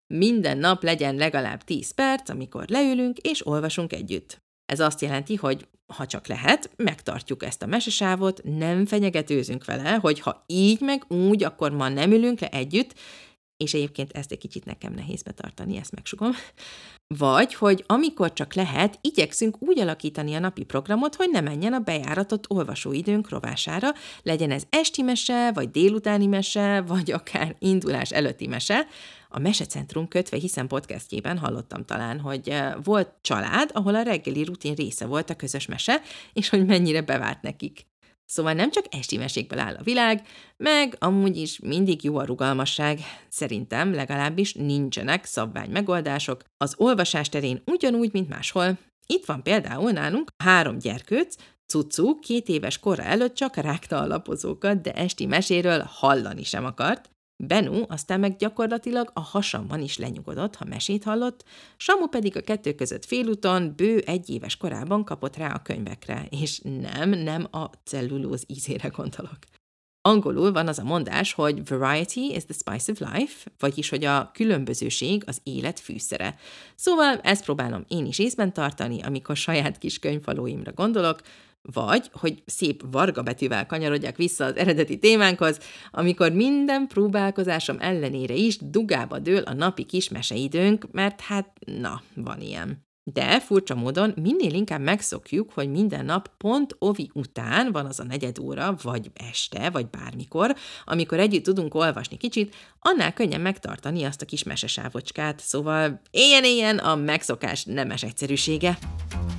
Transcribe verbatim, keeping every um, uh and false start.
Minden nap legyen legalább tíz perc, amikor leülünk és olvasunk együtt. Ez azt jelenti, hogy ha csak lehet, megtartjuk ezt a mesesávot, nem fenyegetőzünk vele, hogy ha így meg úgy, akkor ma nem ülünk le együtt, és egyébként ezt egy kicsit nekem nehéz betartani, ezt megsugom. Vagy, hogy amikor csak lehet, igyekszünk úgy alakítani a napi programot, hogy ne menjen a bejáratott olvasóidőnk rovására, legyen ez esti mese, vagy délutáni mese, vagy akár indulás előtti mese. A Mesecentrum Kötve Hiszem podcastjében hallottam talán, hogy volt család, ahol a reggeli rutin része volt a közös mese, és hogy mennyire bevált nekik. Szóval nem csak esti mesékből áll a világ, meg amúgy is mindig jó a rugalmasság. Szerintem legalábbis nincsenek szabvány megoldások az olvasás terén ugyanúgy, mint máshol. Itt van például nálunk három gyerkőc, Cucu két éves kora előtt csak rágta a lapozókat, de esti meséről hallani sem akart. Benu aztán meg gyakorlatilag a hasamban is lenyugodott, ha mesét hallott, Samu pedig a kettő között félúton, bő egy éves korában kapott rá a könyvekre, és nem, nem a cellulóz ízére gondolok. Angolul van az a mondás, hogy variety is the spice of life, vagyis hogy a különbözőség az élet fűszere. Szóval ezt próbálom én is észben tartani, amikor saját kis könyvfalóimra gondolok, vagy, hogy szép varga betűvel kanyarodjak vissza az eredeti témánkhoz, amikor minden próbálkozásom ellenére is dugába dől a napi kis meseidőnk, mert hát, na, van ilyen. De furcsa módon minél inkább megszokjuk, hogy minden nap pont ovi után van az a negyed óra, vagy este, vagy bármikor, amikor együtt tudunk olvasni kicsit, annál könnyen megtartani azt a kis mesesávocskát, szóval éljen-éljen a megszokás nemes egyszerűsége.